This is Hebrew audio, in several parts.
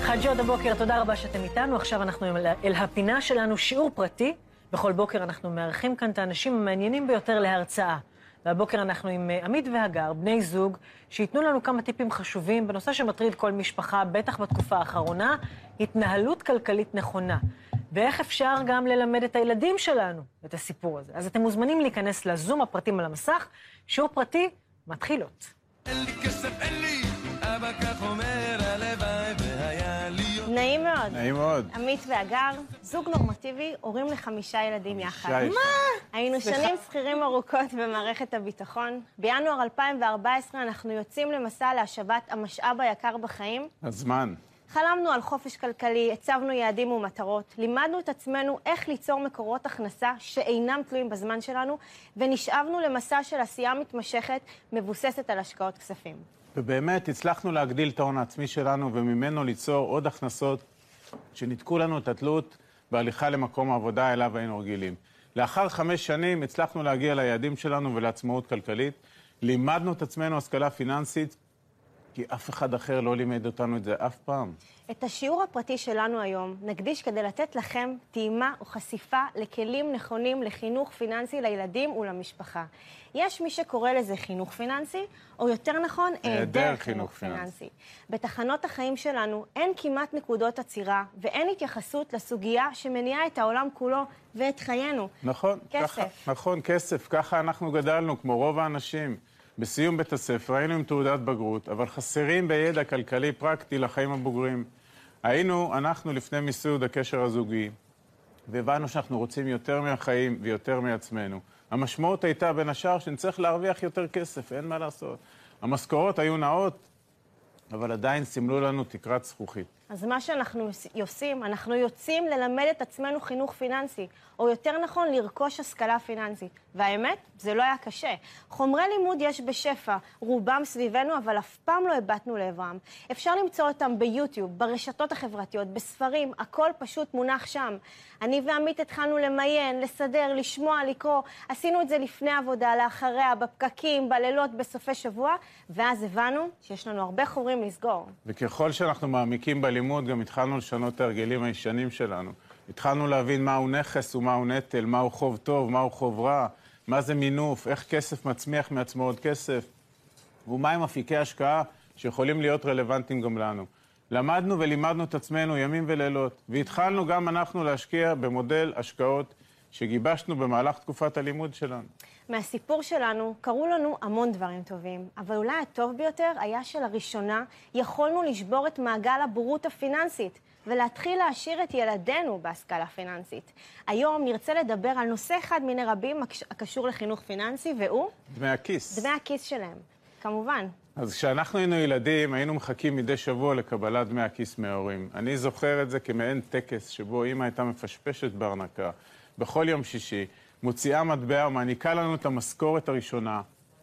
חג'ות הבוקר, תודה רבה שאתם איתנו. עכשיו אנחנו אל הפינה שלנו, שיעור פרטי. בכל בוקר אנחנו מארחים כאן את האנשים המעניינים ביותר להרצאה. והבוקר אנחנו עם עמית והגר, בני זוג, שיתנו לנו כמה טיפים חשובים בנושא שמטריד כל משפחה, בטח בתקופה האחרונה, התנהלות כלכלית נכונה. ואיך אפשר גם ללמד את הילדים שלנו את הסיפור הזה. אז אתם מוזמנים להיכנס לזום, הפרטים על המסך. שיעור פרטי, מתחילות. אין לי כסף, אין לי, אבא כך אומר, הלוואי והיה לי יותר. נעים מאוד. נעים מאוד. עמית והגר, זוג נורמטיבי, הורים ל5 ילדים יחד. מה? היינו שנים שכירים ארוכות במערכת הביטחון. בינואר 2014 אנחנו יוצאים למסע להשבת המשאב היקר בחיים. הזמן. חלמנו על חופש כלכלי, הצבנו יעדים ומטרות, לימדנו את עצמנו איך ליצור מקורות הכנסה שאינם תלויים בזמן שלנו, ונשאבנו למסע של עשייה מתמשכת מבוססת על השקעות כספים. ובאמת הצלחנו להגדיל את ההון העצמי שלנו וממנו ליצור עוד הכנסות שניתקו לנו את התלות בהליכה למקום העבודה אליו היינו רגילים. לאחר 5 שנים הצלחנו להגיע ליעדים שלנו ולעצמאות כלכלית, לימדנו את עצמנו השכלה פיננסית, כי אף אחד אחר לא לימד אותנו את זה אף פעם. את השיעור הפרטי שלנו היום נקדיש כדי לתת לכם טעימה או חשיפה לכלים נכונים לחינוך פיננסי לילדים ולמשפחה. יש מי שקורא לזה חינוך פיננסי, או יותר נכון, היעדר חינוך פיננסי. בתחנות החיים שלנו אין כמעט נקודות עצירה, ואין התייחסות לסוגיה שמניעה את העולם כולו ואת חיינו. נכון, כסף. ככה, נכון, כסף. ככה אנחנו גדלנו, כמו רוב האנשים. בסיום בית הספר היינו עם תעודת בגרות, אבל חסרים בידע כלכלי פרקטי לחיים הבוגרים. אנחנו לפני מיסוד הקשר הזוגי, והבנו שאנחנו רוצים יותר מהחיים ויותר מעצמנו. המשמעות הייתה בין השאר שנצטרך להרוויח יותר כסף, אין מה לעשות. המשכורות היו נאות, אבל עדיין סימלו לנו תקרת זכוכית. אז מה שאנחנו עושים, אנחנו יוצאים ללמד את עצמנו חינוך פיננסי, או יותר נכון לרכוש השכלה פיננסית. והאמת, זה לא היה קשה. חומרי לימוד יש בשפע, רובם סביבנו, אבל אף פעם לא הבטנו לעברם. אפשר למצוא אותם ביוטיוב, ברשתות החברתיות, בספרים, הכל פשוט מונח שם. אני ועמית התחלנו למיין, לסדר, לשמוע, לקרוא. עשינו את זה לפני עבודה, לאחריה, בפקקים, בלילות, בסופי שבוע, ואז הבנו שיש לנו הרבה חורים לסגור. וככל שאנחנו מעמיקים בלימוד, גם התחלנו לשנות את ההרגלים הישנים שלנו. התחלנו להבין מהו נכס ומהו נטל, מהו חוב טוב, מהו חוב רע, מה זה מינוף, איך כסף מצמיח מעצמו עוד כסף, ומהם אפיקי השקעה שיכולים להיות רלוונטיים גם לנו. למדנו ולימדנו את עצמנו ימים ולילות, והתחלנו גם אנחנו להשקיע במודל השקעות שגיבשנו במהלך תקופת הלימוד שלנו. מהסיפור שלנו קראו לנו המון דברים טובים, אבל אולי הטוב ביותר היה שלראשונה יכולנו לשבור את מעגל הבורות הפיננסית ולהתחיל להשאיר את ילדינו בהשכלה פיננסית. היום נרצה לדבר על נושא אחד מיני רבים הקשור לחינוך פיננסי, והוא? דמי הכיס. דמי הכיס שלהם, כמובן. אז כשאנחנו היינו ילדים, היינו מחכים מדי שבוע לקבלת דמי הכיס מההורים. אני זוכר את זה כמעין טקס שבו אמא הייתה מפשפשת בארנקה. בכל יום שישי, מוציאה מטבע ומעניקה לנו את המשכורת הראשונה,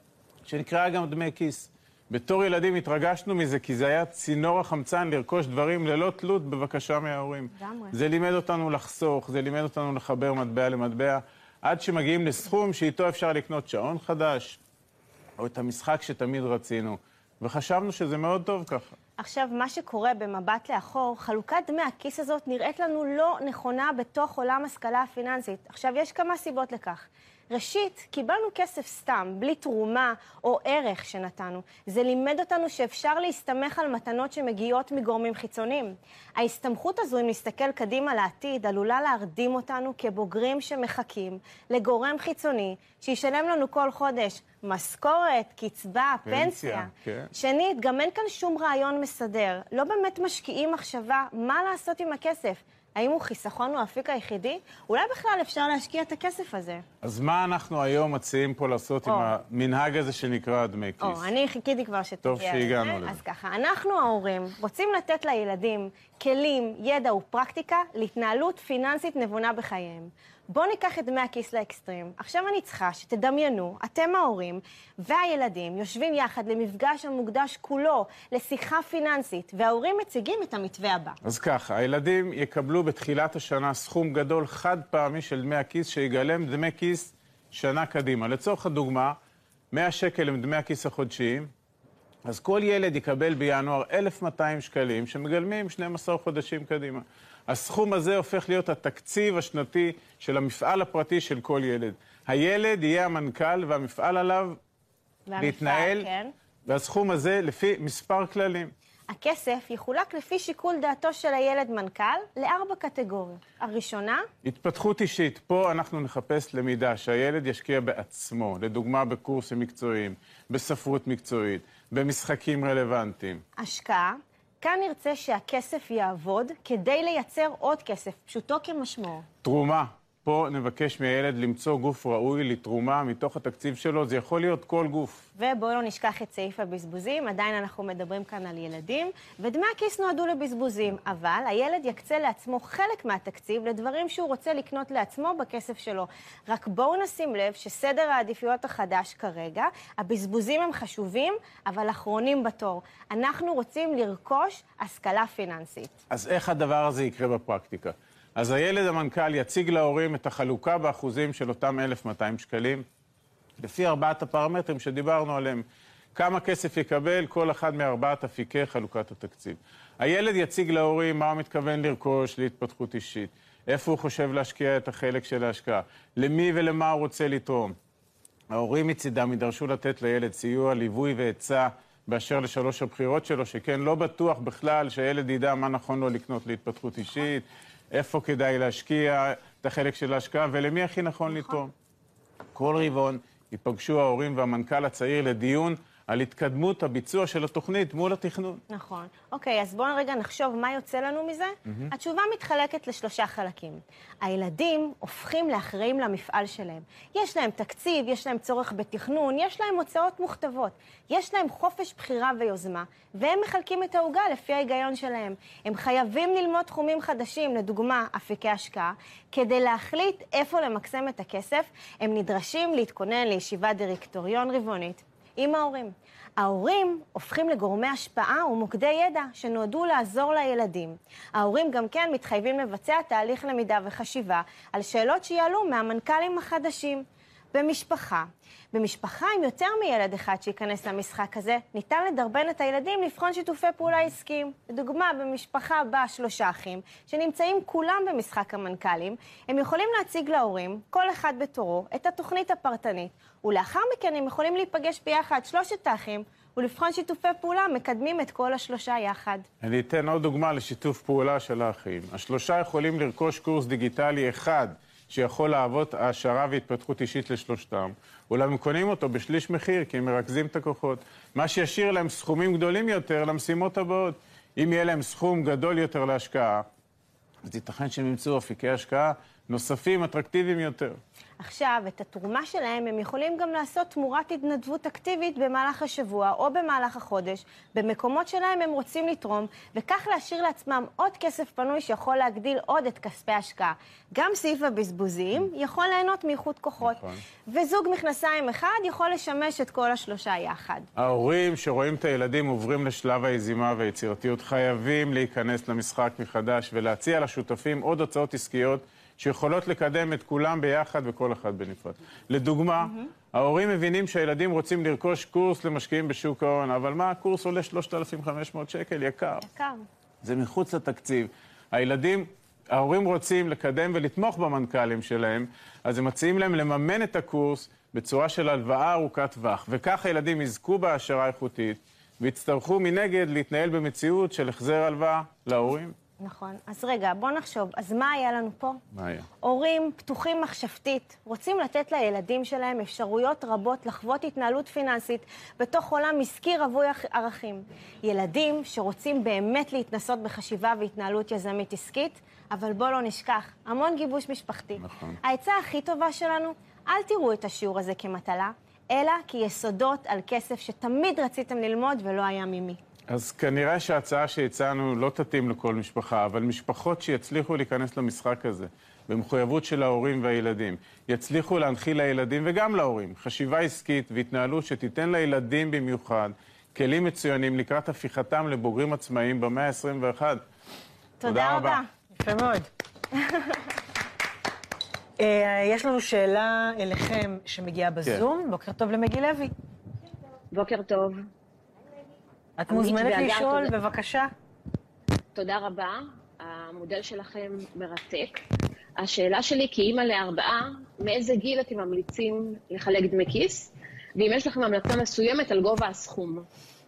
שנקראה גם דמי כיס. בתור ילדים התרגשנו מזה, כי זה היה צינור החמצן לרכוש דברים ללא תלות בבקשה מההורים. זה לימד אותנו לחסוך, זה לימד אותנו לחבר מטבע למטבע, עד שמגיעים לסכום שאיתו אפשר לקנות שעון חדש, או את המשחק שתמיד רצינו. וחשבנו שזה מאוד טוב ככה. עכשיו, מה שקורה במבט לאחור, חלוקת דמי הכיס הזאת נראית לנו לא נכונה בתוך עולם השכלה הפיננסית. עכשיו, יש כמה סיבות לכך. ראשית, קיבלנו כסף סתם, בלי תרומה או ערך שנתנו. זה לימד אותנו שאפשר להסתמך על מתנות שמגיעות מגורמים חיצוניים. ההסתמכות הזו, אם נסתכל קדימה לעתיד, עלולה להרדים אותנו כבוגרים שמחכים לגורם חיצוני שישלם לנו כל חודש משכורת, קצבה, פנסיה. כן. שנית, גם אין כאן שום רעיון מסדר. לא באמת משקיעים מחשבה מה לעשות עם הכסף. האם הוא חיסכון או האפיק היחידי? אולי בכלל אפשר להשקיע את הכסף הזה. אז מה אנחנו היום מציעים פה לעשות עם המנהג הזה שנקרא דמי כיס? אני חיכיתי כבר שתגיע. טוב שהגענו לזה. אז ככה, אנחנו ההורים רוצים לתת לילדים כלים, ידע ופרקטיקה להתנהלות פיננסית נבונה בחייהם. בואו ניקח את דמי הכיס לאקסטרים. עכשיו אני צריכה שתדמיינו, אתם ההורים והילדים יושבים יחד למפגש המוקדש כולו לשיחה פיננסית, וההורים מציגים את המתווה הבא. אז ככה, הילדים יקבלו בתחילת השנה סכום גדול חד פעמי של דמי הכיס שיגלם דמי כיס שנה קדימה. לצורך הדוגמה, 100 שקל הם דמי הכיס החודשיים, אז כל ילד יקבל בינואר 1,200 שקלים שמגלמים 12 חודשים קדימה. הסכום הזה הופך להיות התקציב השנתי של המפעל הפרטי של כל ילד. הילד יהיה המנכ"ל והמפעל עליו להתנהל, כן. והסכום הזה לפי מספר כללים. הכסף יחולק לפי שיקול דעתו של הילד מנכ"ל ל4 קטגוריות. הראשונה, התפתחות אישית. פה אנחנו נחפש למידה שהילד ישקיע בעצמו, לדוגמה בקורסים מקצועיים, בספרות מקצועית, במשחקים רלוונטיים. השקעה. כאן נרצה שהכסף יעבוד כדי לייצר עוד כסף, פשוטו כמשמעו. תרומה. פה נבקש מהילד למצוא גוף ראוי לתרומה מתוך התקציב שלו, זה יכול להיות כל גוף. ובואו לא נשכח את סעיף הבזבוזים, עדיין אנחנו מדברים כאן על ילדים, ודמי הכיס נועדו לבזבוזים, אבל הילד יקצה לעצמו חלק מהתקציב לדברים שהוא רוצה לקנות לעצמו בכסף שלו. רק בואו נשים לב שסדר העדיפויות החדש כרגע, הבזבוזים הם חשובים, אבל אחרונים בתור. אנחנו רוצים לרכוש השכלה פיננסית. אז איך הדבר הזה יקרה בפרקטיקה? אז הילד המנכ"ל יציג להורים את החלוקה באחוזים של אותם 1,200 שקלים, לפי 4 הפרמטרים שדיברנו עליהם. כמה כסף יקבל כל אחד מ4 אפיקי חלוקת התקציב. הילד יציג להורים מה הוא מתכוון לרכוש להתפתחות אישית, איפה הוא חושב להשקיע את החלק של ההשקעה, למי ולמה הוא רוצה לתרום. ההורים מצידם יידרשו לתת לילד סיוע, ליווי ועצה באשר ל3 הבחירות שלו, שכן לא בטוח בכלל שהילד ידע מה נכון לו לקנות להתפתחות אישית, איפה כדאי להשקיע את החלק של ההשקעה, ולמי הכי נכון לתרום. כל רבעון ייפגשו ההורים והמנכ"ל הצעיר לדיון על התקדמות הביצוע של התוכנית מול התכנון. נכון. אוקיי, אז בואו רגע נחשוב מה יוצא לנו מזה. התשובה מתחלקת ל3 חלקים. הילדים הופכים לאחראים למפעל שלהם. יש להם תקציב, יש להם צורך בתכנון, יש להם הוצאות מוכתבות. יש להם חופש בחירה ויוזמה, והם מחלקים את העוגה לפי ההיגיון שלהם. הם חייבים ללמוד תחומים חדשים, לדוגמה, אפיקי השקעה, כדי להחליט איפה למקסם את הכסף, הם נדרשים להתכונן לישיבת דירקטוריון רבעונית. עם ההורים. ההורים הופכים לגורמי השפעה ומוקדי ידע שנועדו לעזור לילדים. ההורים גם כן מתחייבים לבצע תהליך למידה וחשיבה על שאלות שיעלו מהמנכ"לים החדשים. במשפחה עם יותר מילד אחד שייכנס למשחק הזה, ניתן לדרבן את הילדים לבחון שיתופי פעולה עסקיים. לדוגמה, במשפחה בה 3 אחים, שנמצאים כולם במשחק המנכ"לים, הם יכולים להציג להורים, כל אחד בתורו, את התוכנית הפרטנית, ולאחר מכן הם יכולים להיפגש ביחד 3 האחים, ולבחון שיתופי פעולה מקדמים את כל 3 יחד. אני אתן עוד דוגמה לשיתוף פעולה של האחים. 3 יכולים לרכוש קורס דיגיטלי אחד, שיכול להוות העשרה והתפתחות אישית ל3, אולם הם קונים אותו בשליש מחיר, כי הם מרכזים את הכוחות. מה שישאיר להם סכומים גדולים יותר למשימות הבאות. אם יהיה להם סכום גדול יותר להשקעה, אז ייתכן שהם ימצאו אפיקי השקעה נוספים, אטרקטיביים יותר. עכשיו, את התרומה שלהם הם יכולים גם לעשות תמורת התנדבות אקטיבית במהלך השבוע או במהלך החודש, במקומות שלהם הם רוצים לתרום, וכך להשאיר לעצמם עוד כסף פנוי שיכול להגדיל עוד את כספי ההשקעה. גם סעיף הבזבוזים יכול ליהנות מאיכות כוחות, וזוג מכנסיים אחד יכול לשמש את כל 3 יחד. ההורים שרואים את הילדים עוברים לשלב היזימה והיצירתיות חייבים להיכנס למשחק מחדש ולהציע לשותפים עוד הצעות עסקיות שיכולות לקדם את כולם ביחד וכל אחד בנפרד. לדוגמה, ההורים מבינים שהילדים רוצים לרכוש קורס למשקיעים בשוק ההון, אבל מה, הקורס עולה 3,500 שקל, יקר. יקר. זה מחוץ לתקציב. ההורים רוצים לקדם ולתמוך במנכ"לים שלהם, אז הם מציעים להם לממן את הקורס בצורה של הלוואה ארוכת טווח, וכך הילדים יזכו בהעשרה איכותית, ויצטרכו מנגד להתנהל במציאות של החזר הלוואה להורים. נכון. אז רגע, בוא נחשוב. אז מה היה לנו פה? מה היה? הורים פתוחים מחשבתית, רוצים לתת לילדים שלהם אפשרויות רבות לחוות התנהלות פיננסית בתוך עולם עסקי רווי ערכים. ילדים שרוצים באמת להתנסות בחשיבה והתנהלות יזמית עסקית, אבל בוא לא נשכח, המון גיבוש משפחתי. נכון. העצה הכי טובה שלנו, אל תראו את השיעור הזה כמטלה, אלא כיסודות על כסף שתמיד רציתם ללמוד ולא היה ממי. אז כנראה שההצעה שהצענו לא תתאים לכל משפחה, אבל משפחות שיצליחו להיכנס למשחק הזה, במחויבות של ההורים והילדים, יצליחו להנחיל לילדים וגם להורים, חשיבה עסקית והתנהלות שתיתן לילדים במיוחד, כלים מצוינים לקראת הפיכתם לבוגרים עצמאיים במאה ה-21. תודה רבה. יפה מאוד. יש לנו שאלה אליכם שמגיעה בזום. בוקר טוב למגי לוי. בוקר טוב. את מוזמנת לשאול, בבקשה. תודה רבה, המודל שלכם מרתק. השאלה שלי, כאימא ל4, מאיזה גיל אתם ממליצים לחלק דמי כיס? ואם יש לכם המלצה מסוימת על גובה הסכום?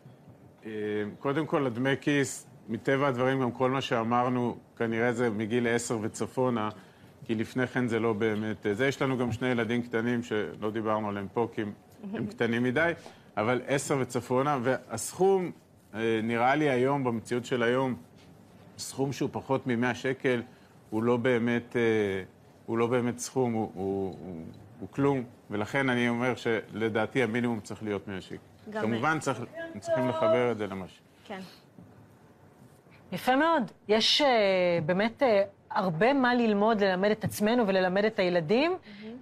קודם כל, הדמי כיס, מטבע הדברים, גם כל מה שאמרנו, כנראה זה מגיל 10 וצפונה, כי לפני כן זה לא באמת. זה יש לנו גם 2 ילדים קטנים שלא דיברנו עליהם פה, כי הם קטנים מדי, אבל 10 וצפונה, והסכום נראה לי היום, במציאות של היום, סכום שהוא פחות מ100 שקל, הוא לא באמת סכום, הוא כלום, ולכן אני אומר שלדעתי המינימום צריך להיות 100 שקל. כמובן צריכים לחבר את זה למשהו. כן. יפה מאוד. יש באמת הרבה מה ללמוד, ללמד את עצמנו וללמד את הילדים.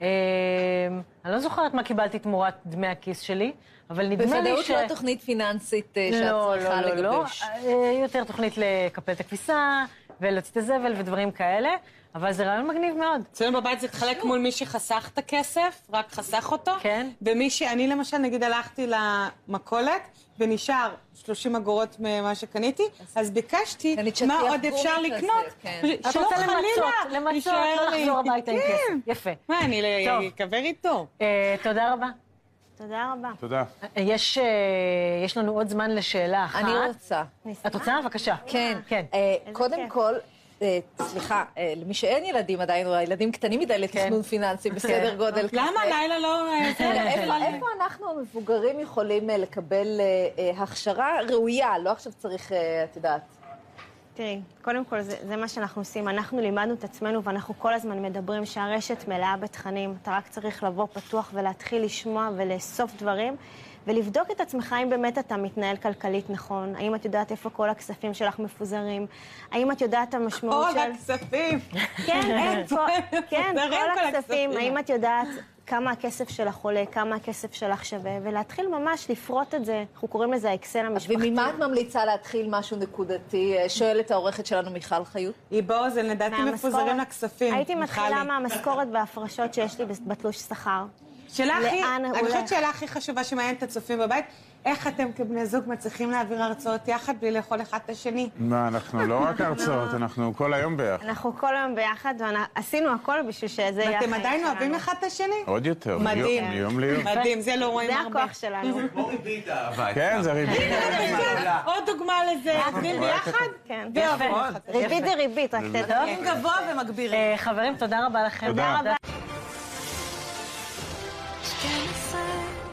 אני לא זוכרת מה קיבלתי תמורת דמי הכיס שלי, אבל נדמה לי בוודאות לא תוכנית פיננסית שאת צריכה לגבש. יותר תוכנית לקפל את הכביסה ולהוציא את הזבל ודברים כאלה, אבל זה רעיון מגניב מאוד. אצלנו בבית זה התחלק מול מי שחסך את הכסף, רק חסך אותו. כן. ומי שאני למשל, נגיד הלכתי למכולת, ונשאר 30 אגורות ממה שקניתי, אז ביקשתי מה עוד אפשר לקנות. את רוצה למצות, לא לחזור הביתה עם כסף. יפה. מה, אני אקבר איתו. תודה רבה. תודה רבה. תודה. יש לנו עוד זמן לשאלה אחת. אני רוצה. את רוצה? בבקשה. כן. קודם כל, סליחה, למי שאין ילדים עדיין, או הילדים קטנים מדי לתכנון פיננסי בסדר גודל כזה. למה? לילה לא... איפה אנחנו המבוגרים יכולים לקבל הכשרה ראויה? לא עכשיו צריך, את יודעת. תראי, קודם כל זה מה שאנחנו עושים. אנחנו לימדנו את עצמנו ואנחנו כל הזמן מדברים שהרשת מלאה בתכנים. אתה רק צריך לבוא פתוח ולהתחיל לשמוע ולאסוף דברים. ולבדוק את עצמך אם באמת אתה מתנהל כלכלית נכון, האם את יודעת איפה כל הכספים שלך מפוזרים, האם את יודעת המשמעות של... כל הכספים! כן, כל הכספים, האם את יודעת כמה הכסף שלך עולה, כמה הכסף שלך שווה, ולהתחיל ממש לפרוט את זה, אנחנו קוראים לזה האקסל המשפחתי. וממה את ממליצה להתחיל משהו נקודתי? שואלת העורכת שלנו מיכל חיות. היא באוזן, לדעתי מפוזרים לכספים. הייתי מתחילה מהמשכורת וההפרשות שיש לי בתלוש שכר. אני חושבת שאלה הכי חשובה שמעניינת את הצופים בבית, איך אתם כבני זוג מצליחים להעביר הרצאות יחד בלי לאכול אחד את השני? מה, אנחנו לא רק הרצאות, אנחנו כל היום ביחד. אנחנו כל היום ביחד, ועשינו הכל בשביל שזה יהיה... ואתם עדיין אוהבים אחד את השני? עוד יותר, מיום ליום. מדהים, זה לא רואים הרבה. זה הכוח שלנו. כמו ריבית האהבה. כן, זה ריבית. עוד דוגמה לזה, עובדים ביחד? כן. יפה. ריבית זה ריבית, רק תדע. גבוה ומגבירים. חברים, תודה רבה לכם. תודה.